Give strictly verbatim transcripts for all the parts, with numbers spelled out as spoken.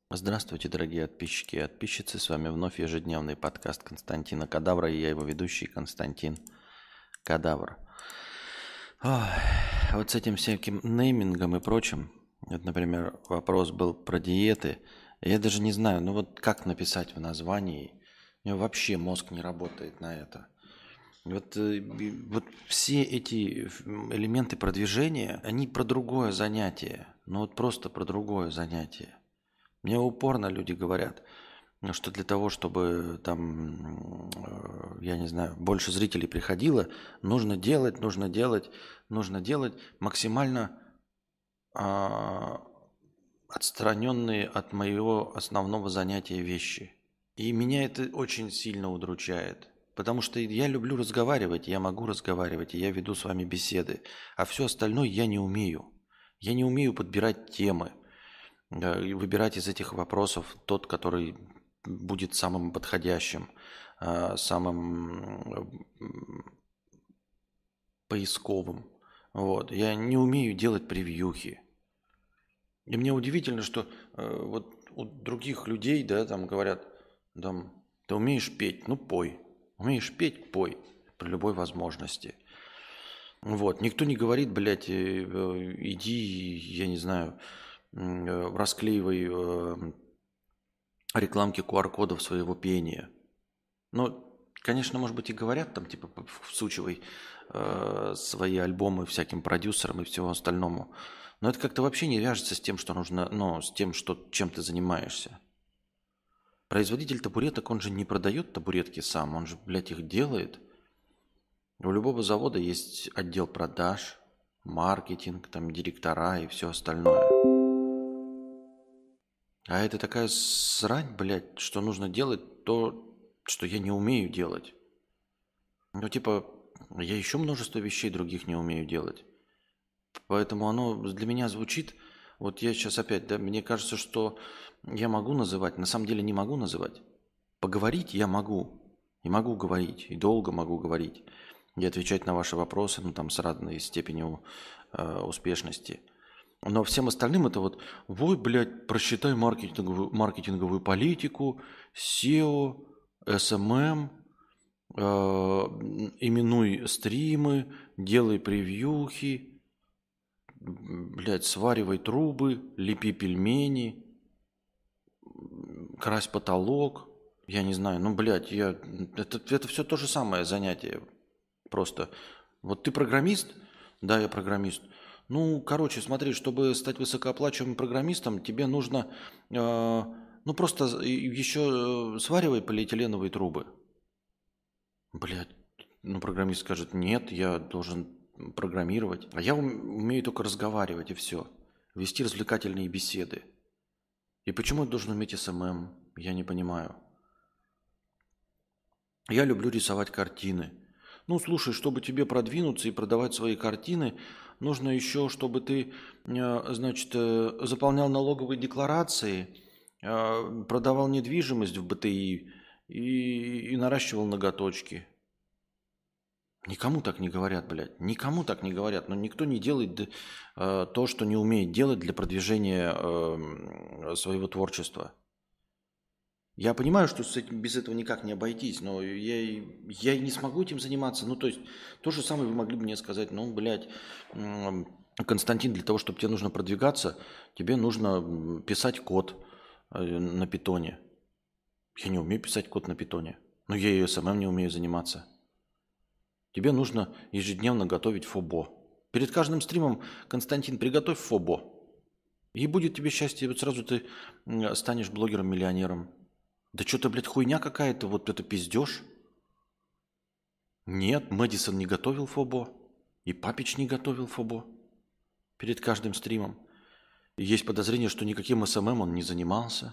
Здравствуйте, дорогие подписчики и подписчицы. С вами вновь ежедневный подкаст Константина Кадавра, и я его ведущий Константин Кадавр. Ой, вот с этим всяким неймингом и прочим, вот, например, вопрос был про диеты. Я даже не знаю, ну вот как написать в названии. У меня вообще мозг не работает на это. Вот, э, вот все эти элементы продвижения, они про другое занятие. Ну вот просто про другое занятие. Мне упорно люди говорят, ну, что для того, чтобы там, э, я не знаю, больше зрителей приходило, нужно делать, нужно делать, нужно делать максимально а, отстраненные от моего основного занятия вещи. И меня это очень сильно удручает. Потому что я люблю разговаривать, я могу разговаривать, и я веду с вами беседы. А все остальное я не умею. Я не умею подбирать темы. Да, и выбирать из этих вопросов тот, который будет самым подходящим, а, самым м, поисковым. Вот. Я не умею делать превьюхи. И мне удивительно, что э, вот у других людей, да, там говорят, там, ты умеешь петь, ну пой. Умеешь петь, пой при любой возможности. Вот. Никто не говорит, блядь, э, э, иди, я не знаю, м, э, расклеивай э, рекламки ку ар-кодов своего пения. Ну, конечно, может быть, и говорят там, типа, п- всучивай э, свои альбомы всяким продюсерам и всего остальному. Но это как-то вообще не вяжется с тем, что нужно, ну, с тем, что, чем ты занимаешься. Производитель табуреток, он же не продает табуретки сам, он же, блядь, их делает. У любого завода есть отдел продаж, маркетинг, там, директора и все остальное. А это такая срань, блядь, что нужно делать то, что я не умею делать. Ну, типа, я еще множество вещей других не умею делать. Поэтому оно для меня звучит, вот я сейчас опять, да, мне кажется, что я могу называть, на самом деле не могу называть. Поговорить я могу, и могу говорить, и долго могу говорить, и отвечать на ваши вопросы, ну, там, с разной степенью э, успешности. Но всем остальным это вот, ой, блядь, просчитай маркетинговую, маркетинговую политику, сео, эс эм эм, э, именуй стримы, делай превьюхи, блядь, сваривай трубы, лепи пельмени, крась потолок. Я не знаю, ну, блядь, я... это, это все то же самое занятие. Просто. Вот ты программист? Да, я программист. Ну, короче, смотри, чтобы стать высокооплачиваемым программистом, тебе нужно, э, ну, просто еще сваривай полиэтиленовые трубы. Блядь, ну, программист скажет, нет, я должен программировать. А я ум- умею только разговаривать и все. Вести развлекательные беседы. И почему я должен уметь эс эм эм? Я не понимаю. Я люблю рисовать картины. Ну, слушай, чтобы тебе продвинуться и продавать свои картины, нужно еще, чтобы ты, э, значит, э, заполнял налоговые декларации, э, продавал недвижимость в бэ тэ и и, и наращивал ноготочки. Никому так не говорят, блядь. Никому так не говорят. Но никто не делает д- э, то, что не умеет делать для продвижения э, своего творчества. Я понимаю, что с этим, без этого никак не обойтись, но я, и- я и не смогу этим заниматься. Ну, то есть, то же самое вы могли бы мне сказать, ну, блядь, м, Константин, для того, чтобы тебе нужно продвигаться, тебе нужно м, писать код э, на питоне. Я не умею писать код на питоне. Но я и эс эм эм не умею заниматься. Тебе нужно ежедневно готовить фобо. Перед каждым стримом, Константин, приготовь фобо. И будет тебе счастье, и вот сразу ты м, станешь блогером-миллионером. Да что-то, блядь, хуйня какая-то, вот это пиздеж. Нет, Мэдисон не готовил фобо. И Папич не готовил фобо перед каждым стримом. И есть подозрение, что никаким эс эм эм он не занимался.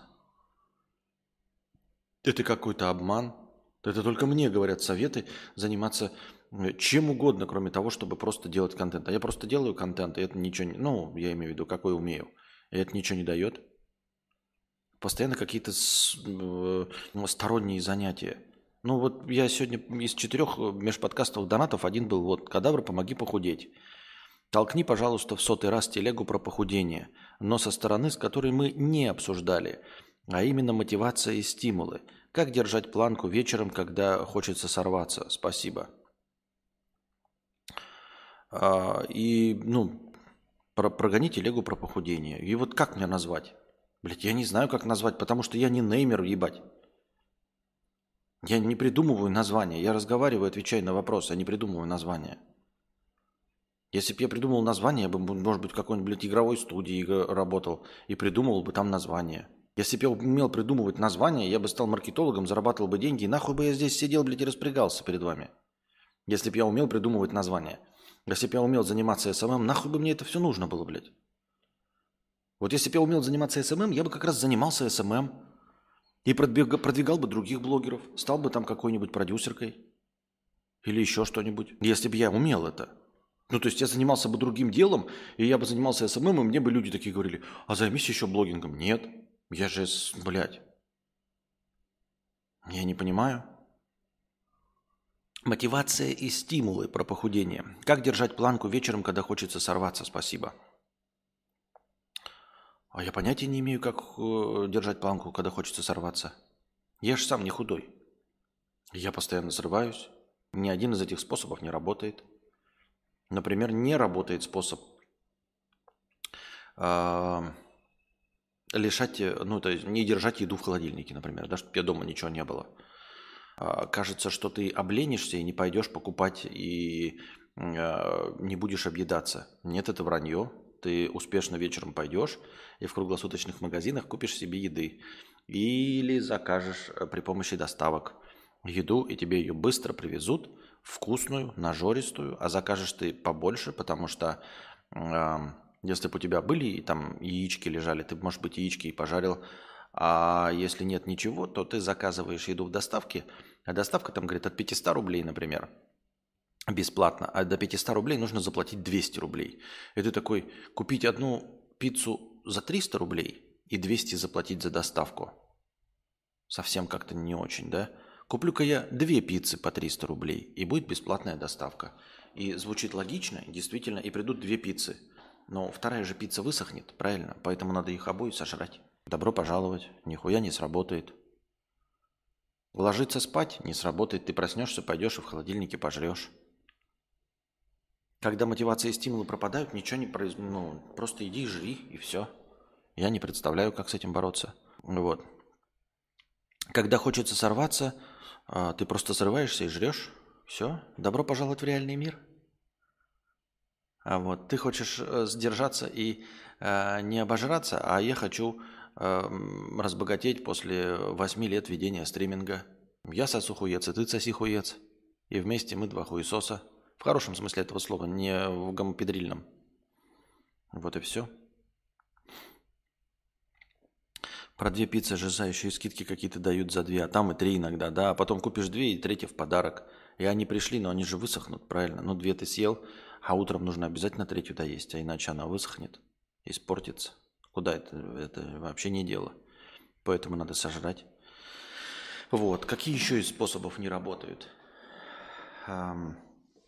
Это какой-то обман. Это только мне говорят советы заниматься э, чем угодно, кроме того, чтобы просто делать контент. А я просто делаю контент, и это ничего не... Ну, я имею в виду, какой умею. И это ничего не дает. Постоянно какие-то с- э, ну, сторонние занятия. Ну вот я сегодня из четырех э, межподкастовых донатов один был вот «Кадавр, помоги похудеть». Толкни, пожалуйста, в сотый раз телегу про похудение, но со стороны, с которой мы не обсуждали. а именно мотивация и стимулы. Как держать планку вечером, когда хочется сорваться? Спасибо. А, и, ну, про, прогони телегу про похудение. И вот как мне назвать? Блять, я не знаю, как назвать, потому что я не неймер, ебать. Я не придумываю названия. Я разговариваю, отвечаю на вопросы, а не придумываю названия. Если бы я придумал название, я бы, может быть, в какой-нибудь, блядь, игровой студии работал и придумывал бы там название. Если бы я умел придумывать название, я бы стал маркетологом, зарабатывал бы деньги, и нахуй бы я здесь сидел, блядь, и распрягался перед вами. Если бы я умел придумывать название. Если бы я умел заниматься эс эм эм, нахуй бы мне это все нужно было, блядь. Вот если бы я умел заниматься эс эм эм, я бы как раз занимался эс эм эм и продвигал, продвигал бы других блогеров, стал бы там какой-нибудь продюсеркой или еще что-нибудь, если бы я умел это. Ну, то есть я занимался бы другим делом, и я бы занимался эс эм эм, и мне бы люди такие говорили, а займись еще блогингом. Нет, я же, блядь, я не понимаю. Мотивация и стимулы про похудение. Как держать планку вечером, когда хочется сорваться? Спасибо. А я понятия не имею, как э, держать планку, когда хочется сорваться. Я же сам не худой. Я постоянно срываюсь. Ни один из этих способов не работает. Например, не работает способ э, лишать, ну, то есть не держать еду в холодильнике, например, да, чтобы у тебя дома ничего не было. Э, кажется, что ты обленишься и не пойдешь покупать и э, не будешь объедаться. Нет, это вранье. Ты успешно вечером пойдешь и в круглосуточных магазинах купишь себе еды. Или закажешь при помощи доставок еду, и тебе ее быстро привезут, вкусную, нажористую, а закажешь ты побольше, потому что э, если бы у тебя были и там яички лежали, ты, может быть, яички и пожарил, а если нет ничего, то ты заказываешь еду в доставке, а доставка там, говорит, от пятьсот рублей, например, бесплатно, а до пятьсот рублей нужно заплатить двести рублей. И ты такой, купить одну пиццу за триста рублей и двести заплатить за доставку. Совсем как-то не очень, да? Куплю-ка я две пиццы по триста рублей, и будет бесплатная доставка. И звучит логично, действительно, и придут две пиццы. Но вторая же пицца высохнет, правильно? Поэтому надо их обоих сожрать. Добро пожаловать, нихуя не сработает. Ложиться спать не сработает, ты проснешься, пойдешь и в холодильнике пожрешь. Когда мотивация и стимулы пропадают, ничего не произойдет. Ну, просто иди и жри, и все. Я не представляю, как с этим бороться. Вот. Когда хочется сорваться, а, ты просто срываешься и жрешь. Все. Добро пожаловать в реальный мир. А вот ты хочешь э, сдержаться и э, не обожраться, а я хочу э, м, разбогатеть после восьми лет ведения стриминга. Я сосу хуец, и ты соси хуец. И вместе мы два хуесоса. В хорошем смысле этого слова, не в гомопедрильном. Вот и все. Про две пиццы же еще и скидки какие-то дают за две, а там и три иногда, да. А потом купишь две и третья в подарок. И они пришли, но они же высохнут, правильно? Ну, две ты съел, а утром нужно обязательно третью доесть, а иначе она высохнет, испортится. Куда это? Это вообще не дело. Поэтому надо сожрать. Вот. Какие еще из способов не работают? Ам,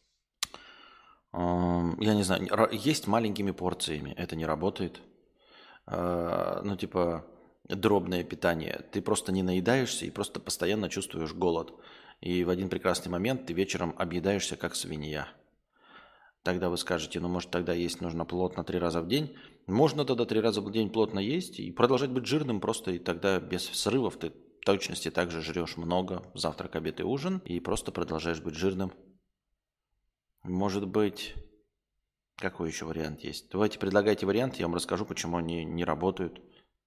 ам, Я не знаю. ра- Есть маленькими порциями. Это не работает. А, Ну, типа, дробное питание. Ты просто не наедаешься и просто постоянно чувствуешь голод. И в один прекрасный момент ты вечером объедаешься, как свинья. Тогда вы скажете, ну, может, тогда есть нужно плотно три раза в день. Можно тогда три раза в день плотно есть и продолжать быть жирным просто, и тогда без срывов ты в точности также жрешь много, завтрак, обед и ужин, и просто продолжаешь быть жирным. Может быть, какой еще вариант есть? Давайте предлагайте вариант, я вам расскажу, почему они не работают.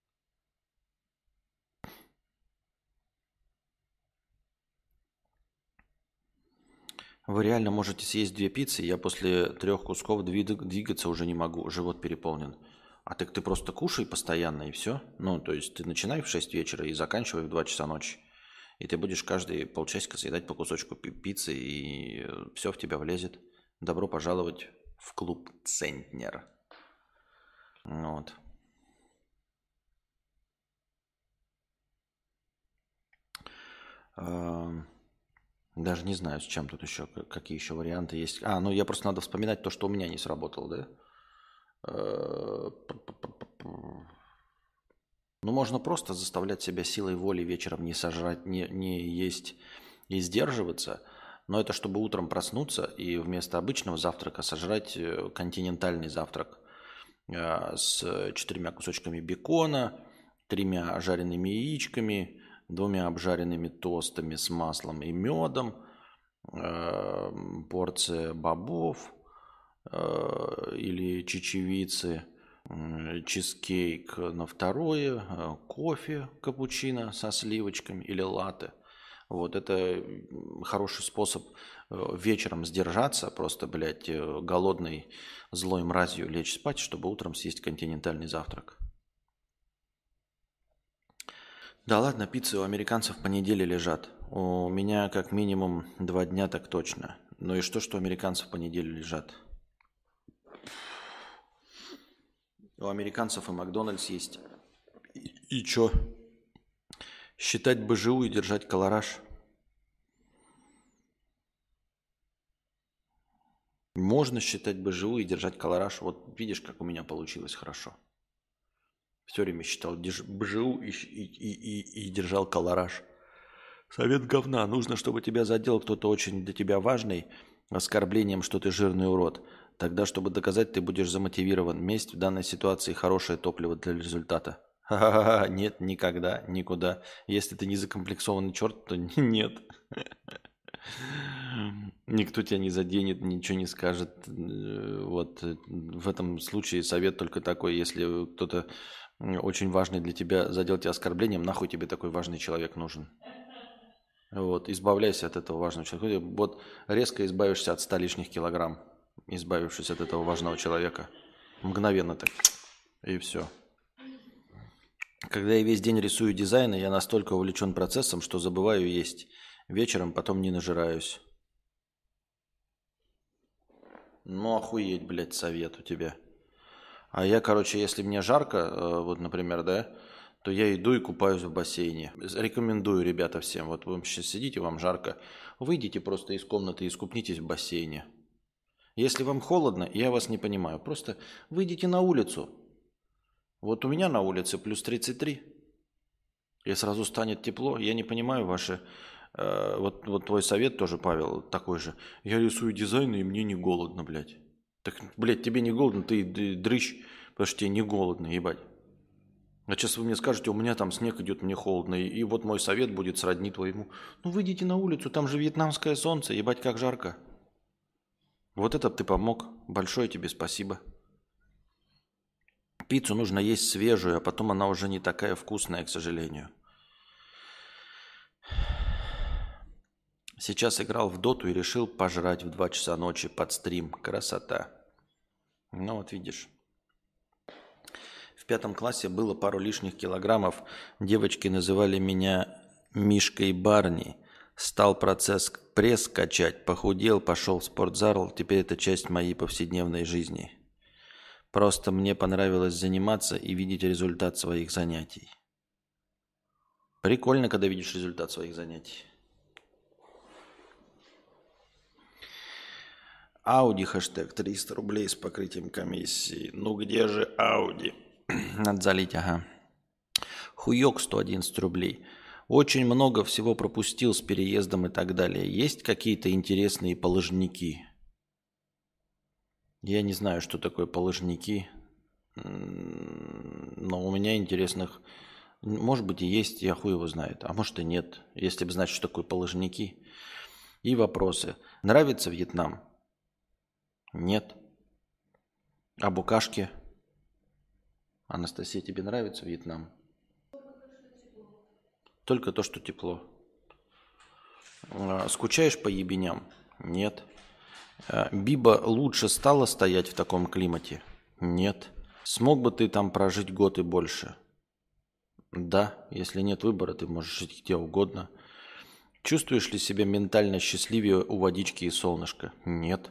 Вы реально можете съесть две пиццы, я после трех кусков двиг- двигаться уже не могу, живот переполнен. А так ты просто кушай постоянно и все. Ну, то есть ты начинай в шесть вечера и заканчивай в два часа ночи. И ты будешь каждые полчасика съедать по кусочку пи- пиццы, и все в тебя влезет. Добро пожаловать в клуб Центнер. Вот. Ам, Даже не знаю, с чем тут еще, к- какие еще варианты есть. А, ну я просто надо вспоминать то, что у меня не сработало, да? Э, п- п- п- п- Ну, можно просто заставлять себя силой воли вечером не сожрать, не, не есть и сдерживаться. Но это чтобы утром проснуться и вместо обычного завтрака сожрать э, континентальный завтрак э, с четырьмя кусочками бекона, тремя жареными яичками, двумя обжаренными тостами с маслом и медом, э, порция бобов э, или чечевицы, м, чизкейк на второе, э, кофе, капучино со сливочками или латте. Вот это м, хороший способ э, вечером сдержаться, просто, блядь, э, голодной злой мразью лечь спать, чтобы утром съесть континентальный завтрак. Да ладно, пиццы у американцев по неделе лежат. У меня как минимум два дня так точно. Ну и что, что у американцев по неделе лежат? У американцев и Макдональдс есть. И, и чё? Считать БЖУ и держать колораж? Можно считать БЖУ и держать колораж. Вот видишь, как у меня получилось хорошо. Все время считал держ- БЖУ и, щ- и, и, и- и держал колораж. Совет говна. Нужно, чтобы тебя задел кто-то очень для тебя важный оскорблением, что ты жирный урод. Тогда, чтобы доказать, ты будешь замотивирован. Месть в данной ситуации хорошее топливо для результата. Ха-ха-ха. Нет, никогда, никуда. Если ты не закомплексованный черт, то нет. Никто тебя не заденет, ничего не скажет. Э, Вот э, в этом случае совет только такой, если кто-то м, очень важный для тебя задел тебя оскорблением, нахуй тебе такой важный человек нужен. Вот, избавляйся от этого важного человека. Вот резко избавишься от ста лишних килограмм, избавившись от этого важного человека. Мгновенно так. И все. Когда я весь день рисую дизайны, я настолько увлечен процессом, что забываю есть. Вечером потом не нажираюсь. Ну, охуеть, блядь, совет у тебя. А я, короче, если мне жарко, э, вот, например, да, то я иду и купаюсь в бассейне. Рекомендую, ребята, всем. Вот вы сейчас сидите, вам жарко. Выйдите просто из комнаты и искупнитесь в бассейне. Если вам холодно, я вас не понимаю. Просто выйдите на улицу. Вот у меня на улице плюс тридцать три. И сразу станет тепло. Я не понимаю ваши... э, вот, вот твой совет тоже, Павел, такой же. Я рисую дизайны, и мне не голодно, блядь. Так, блядь, тебе не голодно, ты д- дрыщ, потому что тебе не голодно, ебать. А сейчас вы мне скажете, у меня там снег идет, мне холодно, и, и вот мой совет будет сродни твоему. Ну, выйдите на улицу, там же вьетнамское солнце, ебать, как жарко. Вот это ты помог. Большое тебе спасибо. Пиццу нужно есть свежую, а потом она уже не такая вкусная, к сожалению. Сейчас играл в доту и решил пожрать в два часа ночи под стрим. Красота. Ну вот видишь. В пятом классе было пару лишних килограммов. Девочки называли меня Мишкой Барни. Стал процесс пресс качать, похудел, пошел в спортзал. Теперь это часть моей повседневной жизни. Просто мне понравилось заниматься и видеть результат своих занятий. Прикольно, когда видишь результат своих занятий. Ауди хэштег триста рублей с покрытием комиссии. Ну где же Ауди? Надо залить, ага. Хуёк сто одиннадцать рублей. Очень много всего пропустил с переездом и так далее. Есть какие-то интересные полыжники? Я не знаю, что такое полыжники. М, Но у меня интересных... Может быть и есть, я хуй его знает. А может и нет. Если бы знать, что такое полыжники. И вопросы. Нравится Вьетнам? Нет. А букашки? Анастасия, тебе нравится Вьетнам? Только то, что тепло. А, Скучаешь по ебеням? Нет. А, Биба лучше стала стоять в таком климате? Нет. Смог бы ты там прожить год и больше? Да. Если нет выбора, ты можешь жить где угодно. Чувствуешь ли себя ментально счастливее у водички и солнышка? Нет.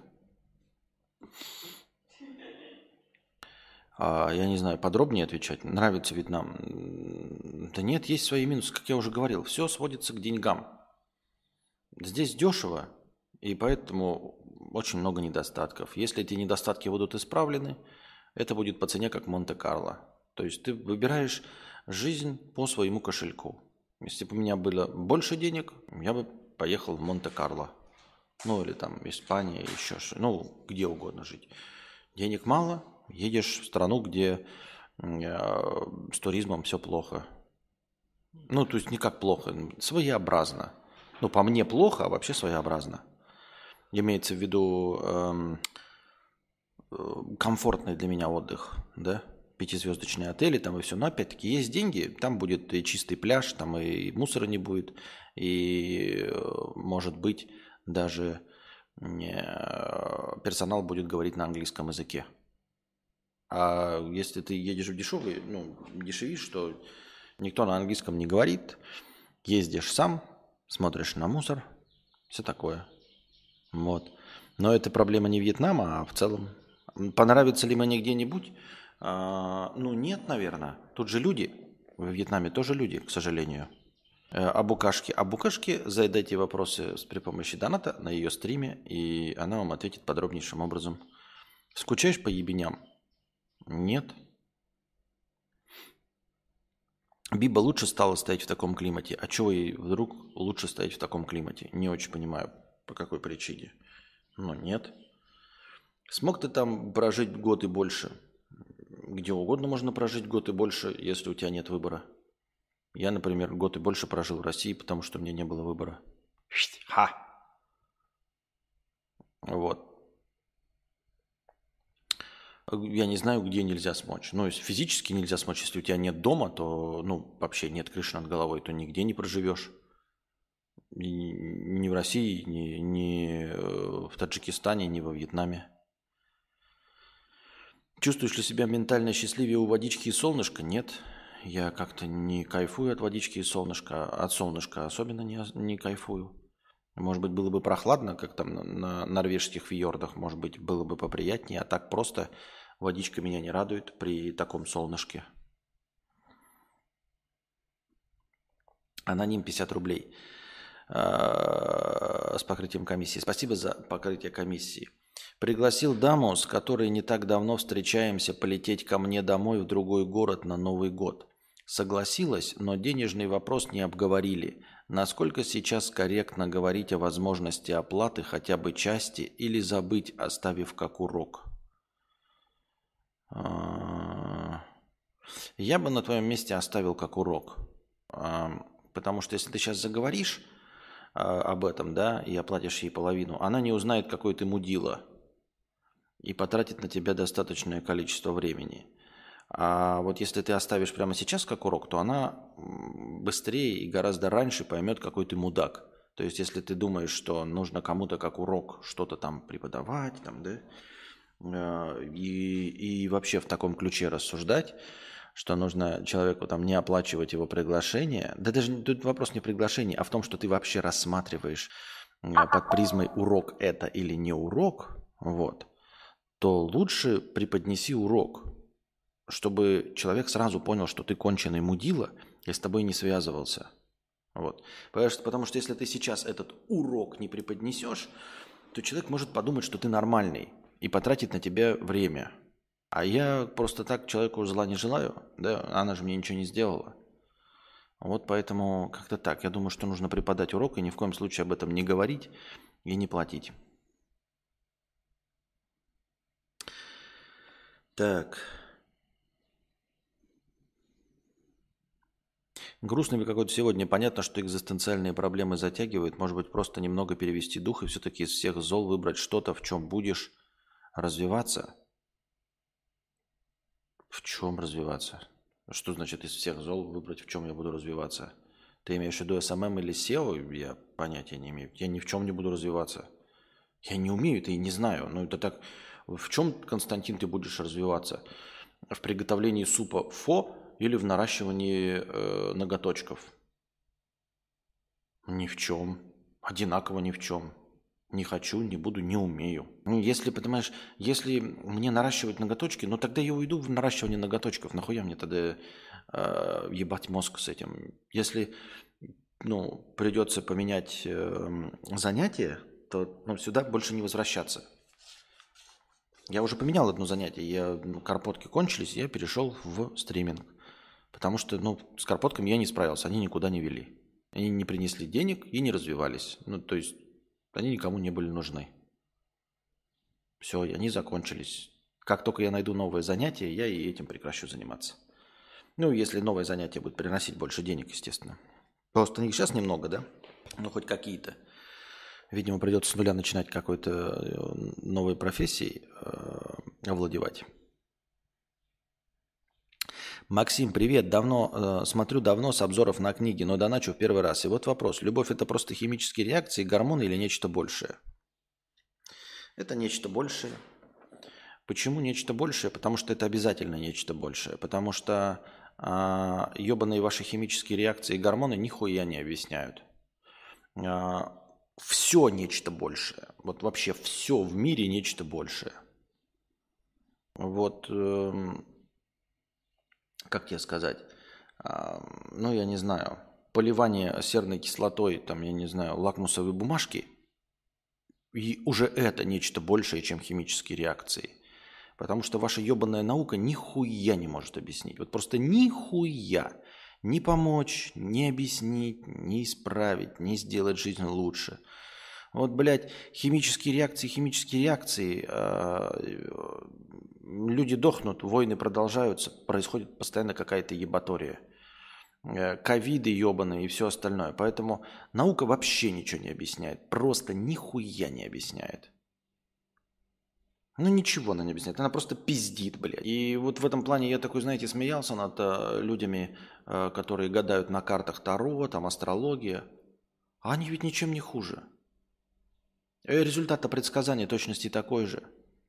А, я не знаю, подробнее отвечать. Нравится Вьетнам? М, Да нет, есть свои минусы, как я уже говорил. Все сводится к деньгам. Здесь дешево, и поэтому очень много недостатков. Если эти недостатки будут исправлены, это будет по цене как Монте-Карло. То есть ты выбираешь жизнь по своему кошельку. Если бы у меня было больше денег, я бы поехал в Монте-Карло. Ну, или там Испания, еще что. Ну, где угодно жить. Денег мало, едешь в страну, где э, с туризмом все плохо. Ну, то есть не как плохо, своеобразно. Ну, по мне плохо, а вообще своеобразно. Имеется в виду эм, э, комфортный для меня отдых, да? Пятизвездочные отели там и все. Но опять-таки есть деньги, там будет и чистый пляж, там и мусора не будет, и э, может быть даже э, персонал будет говорить на английском языке. А если ты едешь в дешевый, ну, дешевишь, что никто на английском не говорит, ездишь сам, смотришь на мусор, все такое. Вот. Но это проблема не Вьетнама, а в целом. Понравится ли мне где-нибудь? А, ну, нет, наверное. Тут же люди. В Вьетнаме тоже люди, к сожалению. Э, А Букашки. А Букашки задайте вопросы с- при помощи доната на ее стриме, и она вам ответит подробнейшим образом. Скучаешь по ебеням? Нет. Биба лучше стала стоять в таком климате. А чего ей вдруг лучше стоять в таком климате? Не очень понимаю, по какой причине. Ну, нет. Смог ты там прожить год и больше? Где угодно можно прожить год и больше, если у тебя нет выбора. Я, например, год и больше прожил в России, потому что у меня не было выбора. Ха! Вот. Я не знаю, где нельзя смочь. Ну, если физически нельзя смочь, если у тебя нет дома, то, ну, вообще нет крыши над головой, то нигде не проживешь. Ни, ни в России, ни, ни э, в Таджикистане, ни во Вьетнаме. Чувствуешь ли себя ментально счастливее у водички и солнышка? Нет. Я как-то не кайфую от водички и солнышка. От солнышка особенно не, не кайфую. Может быть, было бы прохладно, как там на, на норвежских фьордах. Может быть, было бы поприятнее. А так просто водичка меня не радует при таком солнышке. Аноним пятьдесят рублей а, с покрытием комиссии. Спасибо за покрытие комиссии. Пригласил даму, с которой не так давно встречаемся, полететь ко мне домой в другой город на Новый год. Согласилась, но денежный вопрос не обговорили. Насколько сейчас корректно говорить о возможности оплаты хотя бы части или забыть, оставив как урок? А, Я бы на твоем месте оставил как урок. А, Потому что если ты сейчас заговоришь а, об этом, да, и оплатишь ей половину, она не узнает, какой ты мудила, и потратит на тебя достаточное количество времени. А вот если ты оставишь прямо сейчас как урок, то она м, быстрее и гораздо раньше поймет, какой ты мудак. То есть, если ты думаешь, что нужно кому-то как урок что-то там преподавать, там, да, э, и, и вообще в таком ключе рассуждать, что нужно человеку там не оплачивать его приглашение, да даже не- тут вопрос не в приглашении, а в том, что ты вообще рассматриваешь м, под призмой урок это или не урок, вот, то лучше преподнеси урок, чтобы человек сразу понял, что ты конченый мудила и с тобой не связывался. Вот. Потому что, потому что если ты сейчас этот урок не преподнесешь, то человек может подумать, что ты нормальный и потратить на тебя время. А я просто так человеку зла не желаю, да, она же мне ничего не сделала. Вот поэтому как-то так. Я думаю, что нужно преподать урок и ни в коем случае об этом не говорить и не платить. Так. Грустно ли какой-то сегодня? Понятно, что экзистенциальные проблемы затягивают. Может быть, просто немного перевести дух и все-таки из всех зол выбрать что-то, в чем будешь развиваться? В чем развиваться? Что значит из всех зол выбрать, в чем я буду развиваться? Ты имеешь в виду эс эм эм или сео? Я понятия не имею. Я ни в чем не буду развиваться. Я не умею это и не знаю. Ну, это так. В чем, Константин, ты будешь развиваться? В приготовлении супа фо или в наращивании э, ноготочков? Ни в чем. Одинаково ни в чем. Не хочу, не буду, не умею. Ну, если, понимаешь, если мне наращивать ноготочки, ну тогда я уйду в наращивание ноготочков. Нахуя мне тогда э, ебать мозг с этим? Если, ну, придется поменять э, занятие, то ну, сюда больше не возвращаться. Я уже поменял одно занятие. Я, ну, карпотки кончились, я перешел в стриминг. Потому что, ну, с карпотками я не справился, они никуда не вели. Они не принесли денег и не развивались. Ну, то есть они никому не были нужны. Все, и они закончились. Как только я найду новое занятие, я и этим прекращу заниматься. Ну, если новое занятие будет приносить больше денег, естественно. Просто их сейчас немного, да? Ну, хоть какие-то. Видимо, придется с нуля начинать какой-то новой профессией э, овладевать. Максим, привет. Давно э, смотрю давно с обзоров на книги, но доначу в первый раз. И вот вопрос. Любовь – это просто химические реакции, гормоны или нечто большее? Это нечто большее. Почему нечто большее? Потому что это обязательно нечто большее. Потому что э, ебаные ваши химические реакции и гормоны нихуя не объясняют. Э, все нечто большее. Вот вообще все в мире нечто большее. Вот... Э, как тебе сказать, а, ну, я не знаю, поливание серной кислотой, там, я не знаю, лакмусовой бумажки, и уже это нечто большее, чем химические реакции. Потому что ваша ебаная наука нихуя не может объяснить. Вот просто нихуя. Не помочь, не объяснить, не исправить, не сделать жизнь лучше. Вот, блядь, химические реакции, химические реакции, э, люди дохнут, войны продолжаются, происходит постоянно какая-то ебатория. Э, ковиды ебаные и все остальное. Поэтому наука вообще ничего не объясняет. Просто нихуя не объясняет. Ну ничего она не объясняет, она просто пиздит, блядь. И вот в этом плане я такой, знаете, смеялся над э, людьми, э, которые гадают на картах Таро, там астрология. А они ведь ничем не хуже. Результат предсказания точности такой же.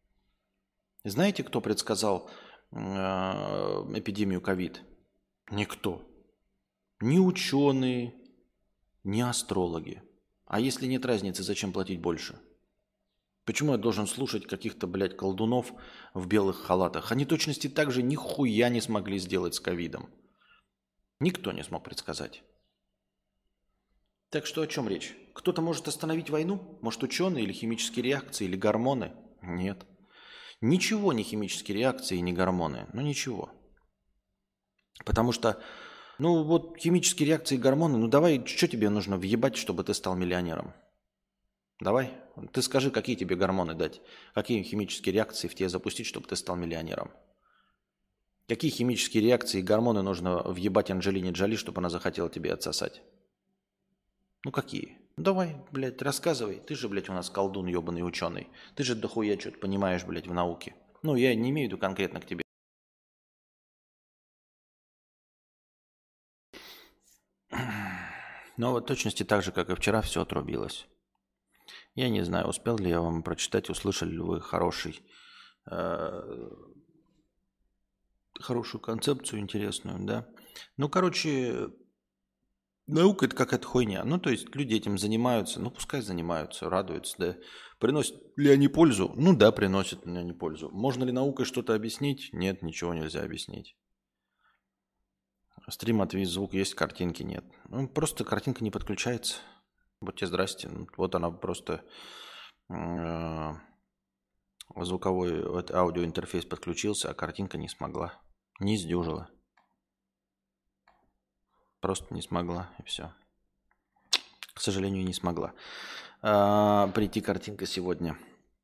Знаете, кто предсказал э, эпидемию ковид? Никто. Ни ученые, ни астрологи. А если нет разницы, зачем платить больше? Почему я должен слушать каких-то, блядь, колдунов в белых халатах? Они точности так же нихуя не смогли сделать с ковидом. Никто не смог предсказать. Так что о чем речь? Кто-то может остановить войну? Может, ученые или химические реакции, или гормоны? Нет. Ничего не химические реакции, не гормоны. Ну, ничего. Потому что, ну, вот химические реакции и гормоны, ну, давай, что тебе нужно въебать, чтобы ты стал миллионером? Давай. Ты скажи, какие тебе гормоны дать? Какие химические реакции в тебе запустить, чтобы ты стал миллионером? Какие химические реакции и гормоны нужно въебать Анджелине Джоли, чтобы она захотела тебе отсосать? Ну какие? Ну давай, блядь, рассказывай. Ты же, блядь, у нас колдун ебаный ученый. Ты же дохуя что-то понимаешь, блядь, в науке. Ну, я не имею в виду конкретно к тебе. Но вот точности так же, как и вчера, все отрубилось. Я не знаю, успел ли я вам прочитать, услышали ли вы хороший, э, хорошую концепцию интересную, да? Ну, короче, наука – это какая-то хуйня. Ну, то есть люди этим занимаются, ну, пускай занимаются, радуются, да. Приносят ли они пользу? Ну, да, приносят ли они пользу. Можно ли наукой что-то объяснить? Нет, ничего нельзя объяснить. Стрим отвис, звук есть, картинки нет. Ну, просто картинка не подключается. Вот тебе здрасте. Вот она просто э, звуковой вот, аудиоинтерфейс подключился, а картинка не смогла. Не сдюжила. Просто не смогла, и все. К сожалению, не смогла а, прийти картинка сегодня.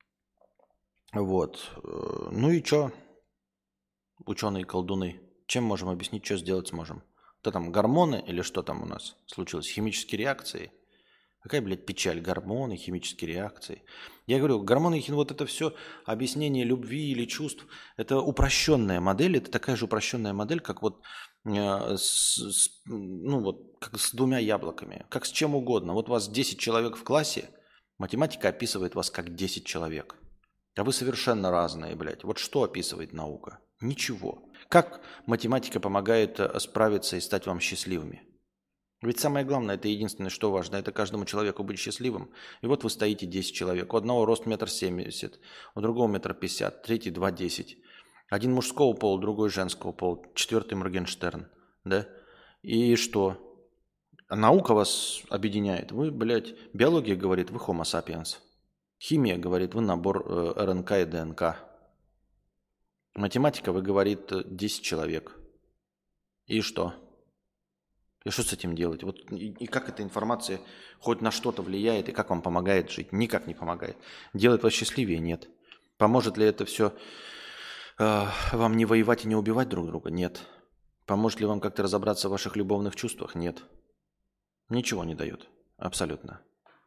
Вот. Ну и что? Ученые-колдуны. Чем можем объяснить, что сделать сможем? Что там, гормоны или что там у нас случилось? Химические реакции? Какая, блядь, печаль? Гормоны, химические реакции. Я говорю, гормоны, вот это все объяснение любви или чувств, это упрощенная модель, это такая же упрощенная модель, как вот, э, с, с, ну вот, как с двумя яблоками, как с чем угодно. Вот у вас десять человек в классе, математика описывает вас как десять человек. А вы совершенно разные, блядь. Вот что описывает наука? Ничего. Как математика помогает справиться и стать вам счастливыми? Ведь самое главное, это единственное, что важно, это каждому человеку быть счастливым. И вот вы стоите десять человек. У одного рост метр семьдесят, у другого метр пятьдесят, третий два десять. Один мужского пола, другой женского пола, четвертый Моргенштерн. Да? И что? А наука вас объединяет. Вы, блядь, биология говорит, вы homo sapiens. Химия говорит, вы набор э, РНК и ДНК. Математика, вы говорит, десять человек. И что? И что с этим делать? Вот и, и как эта информация хоть на что-то влияет, и как вам помогает жить? Никак не помогает. Делает вас счастливее? Нет. Поможет ли это все э, вам не воевать и не убивать друг друга? Нет. Поможет ли вам как-то разобраться в ваших любовных чувствах? Нет. Ничего не дает. Абсолютно.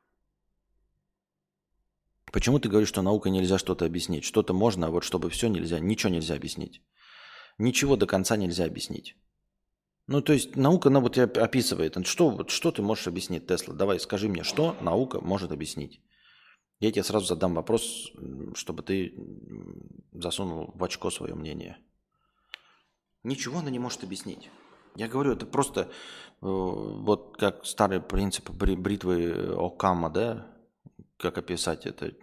Почему ты говоришь, что наукой нельзя что-то объяснить? Что-то можно, а вот чтобы все нельзя. Ничего нельзя объяснить. Ничего до конца нельзя объяснить. Ну, то есть наука, она вот описывает. Что, вот, что ты можешь объяснить, Тесла? Давай, скажи мне, что наука может объяснить? Я тебе сразу задам вопрос, чтобы ты засунул в очко свое мнение. Ничего она не может объяснить. Я говорю, это просто э, вот как старый принцип бри- бритвы Окама, да? Как описать это?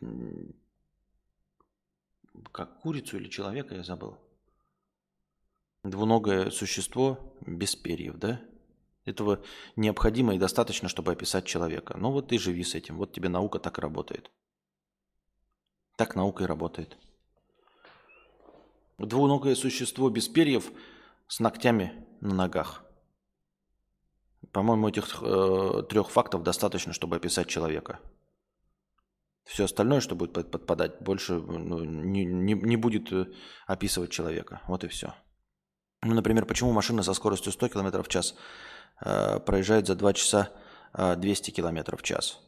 Как курицу или человека, я забыл. Двуногое существо без перьев, да? Этого необходимо и достаточно, чтобы описать человека. Ну вот ты живи с этим. Вот тебе наука так и работает. Так наука и работает. Двуногое существо без перьев с ногтями на ногах. По-моему, этих э, трех фактов достаточно, чтобы описать человека. Все остальное, что будет подпадать, больше ну, не, не, не будет описывать человека. Вот и все. Ну, например, почему машина со скоростью сто километров в час э, проезжает за два часа э, двести километров в час?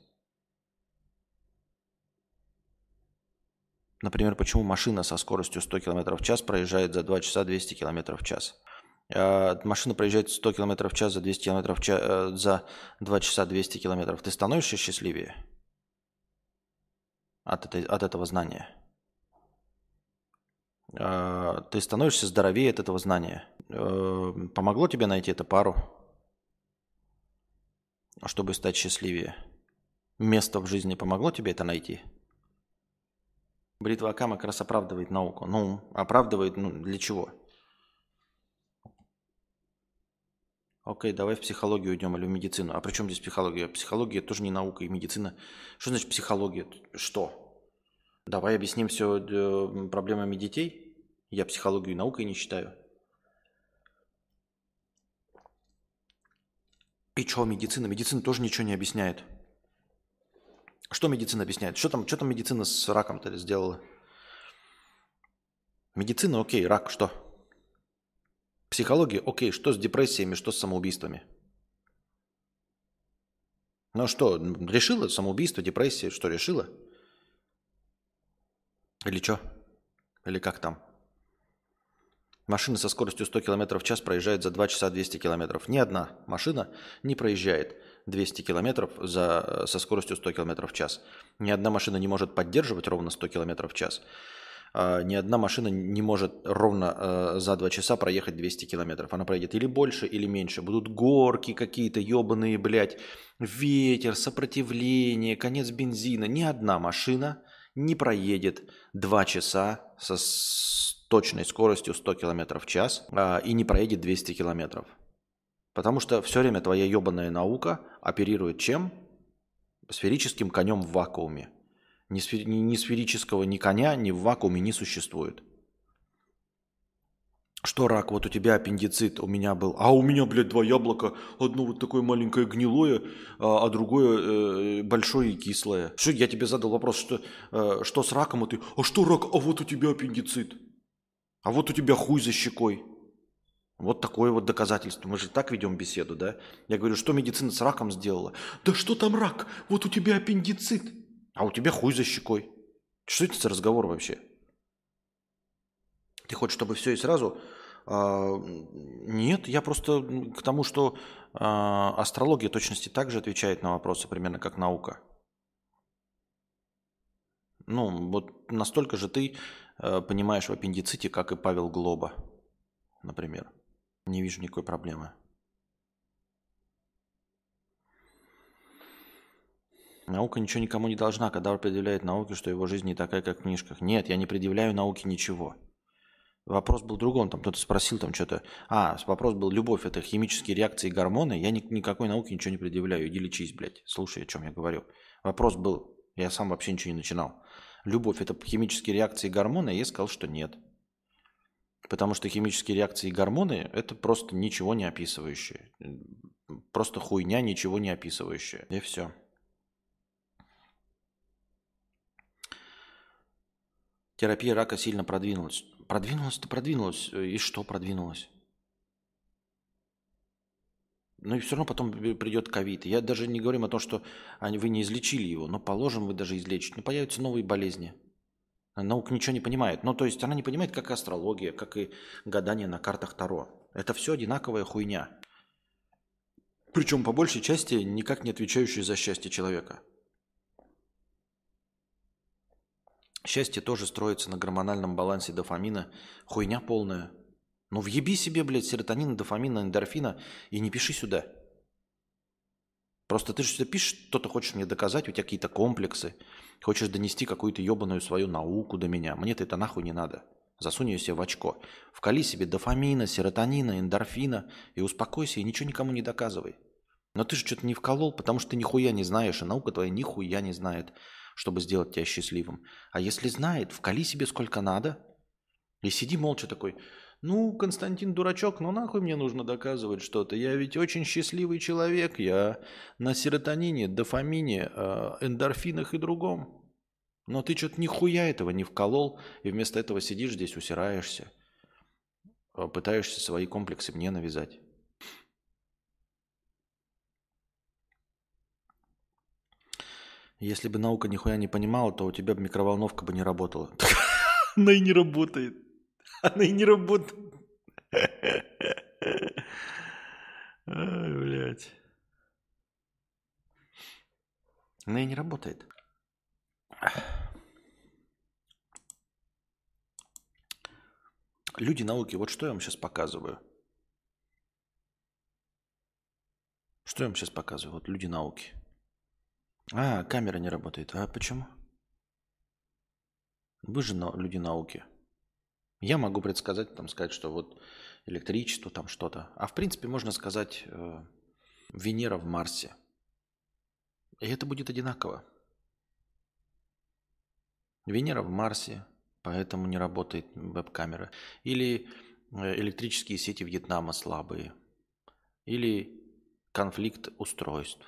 Например, почему машина со скоростью сто километров в час проезжает за два часа двести километров в час? Э, машина проезжает сто километров в час за двести километров в час, э, за два часа двести километров. Ты становишься счастливее от, этой, от этого знания? Э, ты становишься здоровее от этого знания? Э, помогло тебе найти эту пару, чтобы стать счастливее? Место в жизни помогло тебе это найти? Бритва Акама как раз оправдывает науку. Ну, оправдывает, ну, для чего? Окей, давай в психологию уйдем или в медицину. А при чем здесь психология? Психология тоже не наука и медицина. Что значит психология? Что? Давай объясним все э, проблемами детей? Я психологию наукой не считаю. И что медицина? Медицина тоже ничего не объясняет. Что медицина объясняет? Что там, что там медицина с раком-то сделала? Медицина, окей, рак, что? Психология, окей, что с депрессиями, что с самоубийствами? Ну что, решила самоубийство, депрессия, что решила? Или что? Или как там? Машина со скоростью сто километров в час проезжает за два часа двести километров. Ни одна машина не проезжает двести километров за, со скоростью сто километров в час. Ни одна машина не может поддерживать ровно сто километров в час. А, ни одна машина не может ровно а, за два часа проехать двести километров. Она проедет или больше, или меньше. Будут горки какие-то ебаные, блядь, ветер, сопротивление, конец бензина. Ни одна машина не проедет два часа со точной скоростью сто километров в час а, и не проедет двести километров. Потому что все время твоя ебаная наука оперирует чем? Сферическим конем в вакууме. Ни, сфер... ни сферического ни коня, ни в вакууме не существует. Что рак? Вот у тебя аппендицит, у меня был. А у меня, блядь, два яблока. Одно вот такое маленькое гнилое, а, а другое э, большое и кислое. Что я тебе задал вопрос, что, э, что с раком? А ты, а что рак? А вот у тебя аппендицит. А вот у тебя хуй за щекой. Вот такое вот доказательство. Мы же так ведем беседу, да? Я говорю, что медицина с раком сделала? Да что там рак? Вот у тебя аппендицит. А у тебя хуй за щекой. Что это за разговор вообще? Ты хочешь, чтобы все и сразу? А, нет, я просто к тому, что а, астрология точности также отвечает на вопросы, примерно как наука. Ну, вот настолько же ты а, понимаешь в аппендиците, как и Павел Глоба, например. Не вижу никакой проблемы. Наука ничего никому не должна, когда предъявляет науке, что его жизнь не такая, как в книжках. Нет, я не предъявляю науке ничего. Вопрос был в другом, там кто-то спросил там что-то. А, вопрос был, любовь – это химические реакции и гормоны. Я ни, никакой науки ничего не предъявляю. Иди лечись, блядь. Слушай, о чем я говорю. Вопрос был, я сам вообще ничего не начинал. Любовь – это химические реакции и гормоны, а я сказал, что нет. Потому что химические реакции и гормоны – это просто ничего не описывающее. Просто хуйня, ничего не описывающая. И все. Терапия рака сильно продвинулась. Продвинулась-то продвинулась. И что продвинулась? Ну и все равно потом придет ковид. Я даже не говорю о том, что вы не излечили его, но положим, вы даже излечите. Но появятся новые болезни. Наука ничего не понимает. Ну, то есть она не понимает, как и астрология, как и гадание на картах Таро. Это все одинаковая хуйня. Причем по большей части никак не отвечающая за счастье человека. Счастье тоже строится на гормональном балансе дофамина. Хуйня полная. Ну въеби себе, блядь, серотонина, дофамина, эндорфина и не пиши сюда. Просто ты же сюда пишешь, что-то хочешь мне доказать, у тебя какие-то комплексы. Хочешь донести какую-то ебаную свою науку до меня. Мне-то это нахуй не надо. Засунь ее себе в очко. Вкали себе дофамина, серотонина, эндорфина и успокойся, и ничего никому не доказывай. Но ты же что-то не вколол, потому что ты нихуя не знаешь, и наука твоя нихуя не знает, чтобы сделать тебя счастливым. А если знает, вкали себе сколько надо, и сиди молча такой, ну, Константин дурачок, ну нахуй мне нужно доказывать что-то. Я ведь очень счастливый человек, я на серотонине, дофамине, э, эндорфинах и другом. Но ты что-то нихуя этого не вколол, и вместо этого сидишь здесь, усираешься, э, пытаешься свои комплексы мне навязать. Если бы наука нихуя не понимала, то у тебя бы микроволновка бы не работала. Она и не работает. Она и не работает. Ай, блядь. Она и не работает. Люди науки, вот что я вам сейчас показываю. Что я вам сейчас показываю? Вот люди науки. А, камера не работает. А почему? Вы же на- люди науки. Я могу предсказать, там, сказать, что вот электричество, там что-то. А в принципе можно сказать э, Венера в Марсе. И это будет одинаково. Венера в Марсе, поэтому не работает веб-камера. Или э, электрические сети Вьетнама слабые. Или конфликт устройств.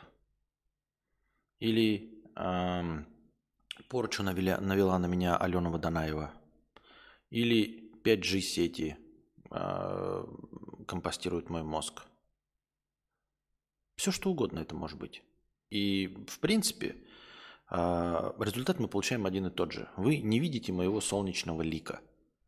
Или эм, порчу навела, навела на меня Алена Водонаева. Или пять джи сети э, компостируют мой мозг. Все что угодно это может быть. И в принципе э, результат мы получаем один и тот же. Вы не видите моего солнечного лика.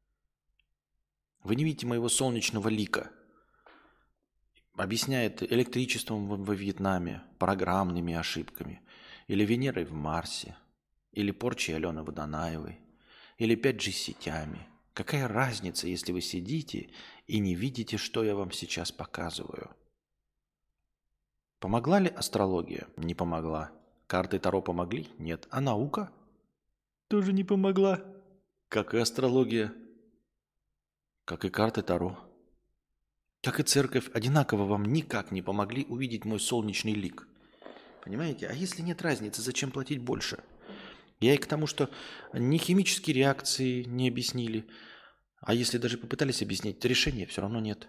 Вы не видите моего солнечного лика. Объясняет электричеством во, во Вьетнаме, программными ошибками. Или Венерой в Марсе. Или порчей Алены Водонаевой. Или пять джи сетями. Какая разница, если вы сидите и не видите, что я вам сейчас показываю? Помогла ли астрология? Не помогла. Карты Таро помогли? Нет. А наука? Тоже не помогла. Как и астрология. Как и карты Таро. Как и церковь. Одинаково вам никак не помогли увидеть мой солнечный лик. Понимаете? А если нет разницы, зачем платить больше? Я и к тому, что ни химические реакции не объяснили. А если даже попытались объяснить, то решения все равно нет.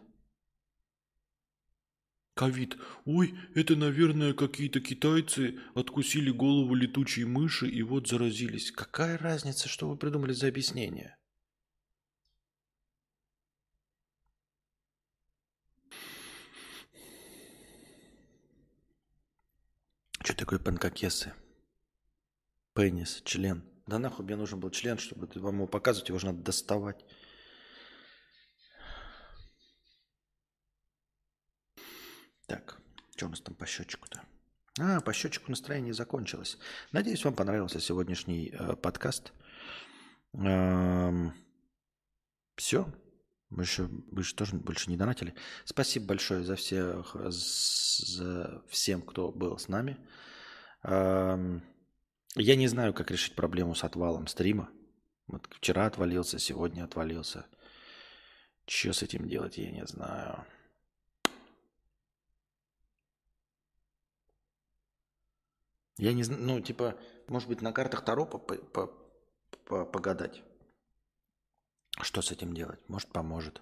Ковид. Ой, это, наверное, какие-то китайцы откусили голову летучей мыши и вот заразились. Какая разница, что вы придумали за объяснение? Что такое панкакесы? Пенис, член. Да нахуй мне нужен был член, чтобы вам его показывать, его же надо доставать. Так, что у нас там по счетчику-то? А, по счетчику настроение закончилось. Надеюсь, вам понравился сегодняшний э, подкаст. Эм, все. Больше, вы же тоже больше не донатили. Спасибо большое за всех, за всем, кто был с нами. Эм, я не знаю, как решить проблему с отвалом стрима. Вот вчера отвалился, сегодня отвалился. Что с этим делать, я не знаю. Я не знаю, ну, типа, может быть, на картах Таро по- по- по- погадать. Что с этим делать? Может, поможет.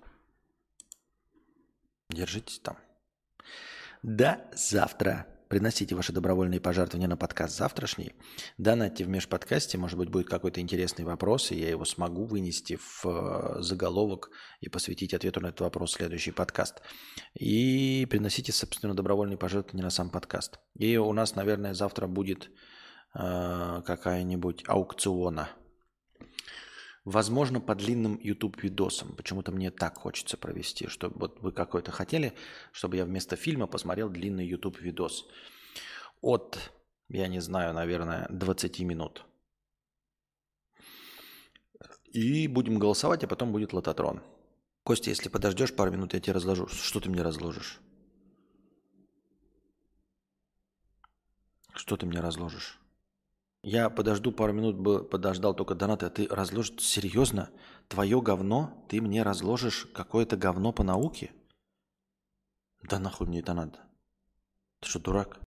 Держитесь там. До завтра. Приносите ваши добровольные пожертвования на подкаст завтрашний. Донатьте в межподкасте. Может быть, будет какой-то интересный вопрос, и я его смогу вынести в э, заголовок и посвятить ответу на этот вопрос в следующий подкаст. И приносите, собственно, добровольные пожертвования на сам подкаст. И у нас, наверное, завтра будет э, какая-нибудь аукциона. Возможно, по длинным YouTube-видосам. Почему-то мне так хочется провести, чтобы вот вы какой-то хотели, чтобы я вместо фильма посмотрел длинный YouTube-видос. От, я не знаю, наверное, двадцать минут. И будем голосовать, а потом будет лототрон. Костя, если подождешь пару минут, я тебе разложу. Что ты мне разложишь? Что ты мне разложишь? Я подожду пару минут, бы подождал только донаты, а ты разложишь, серьезно? Твое говно? Ты мне разложишь какое-то говно по науке? Да нахуй мне это надо? Ты что, дурак?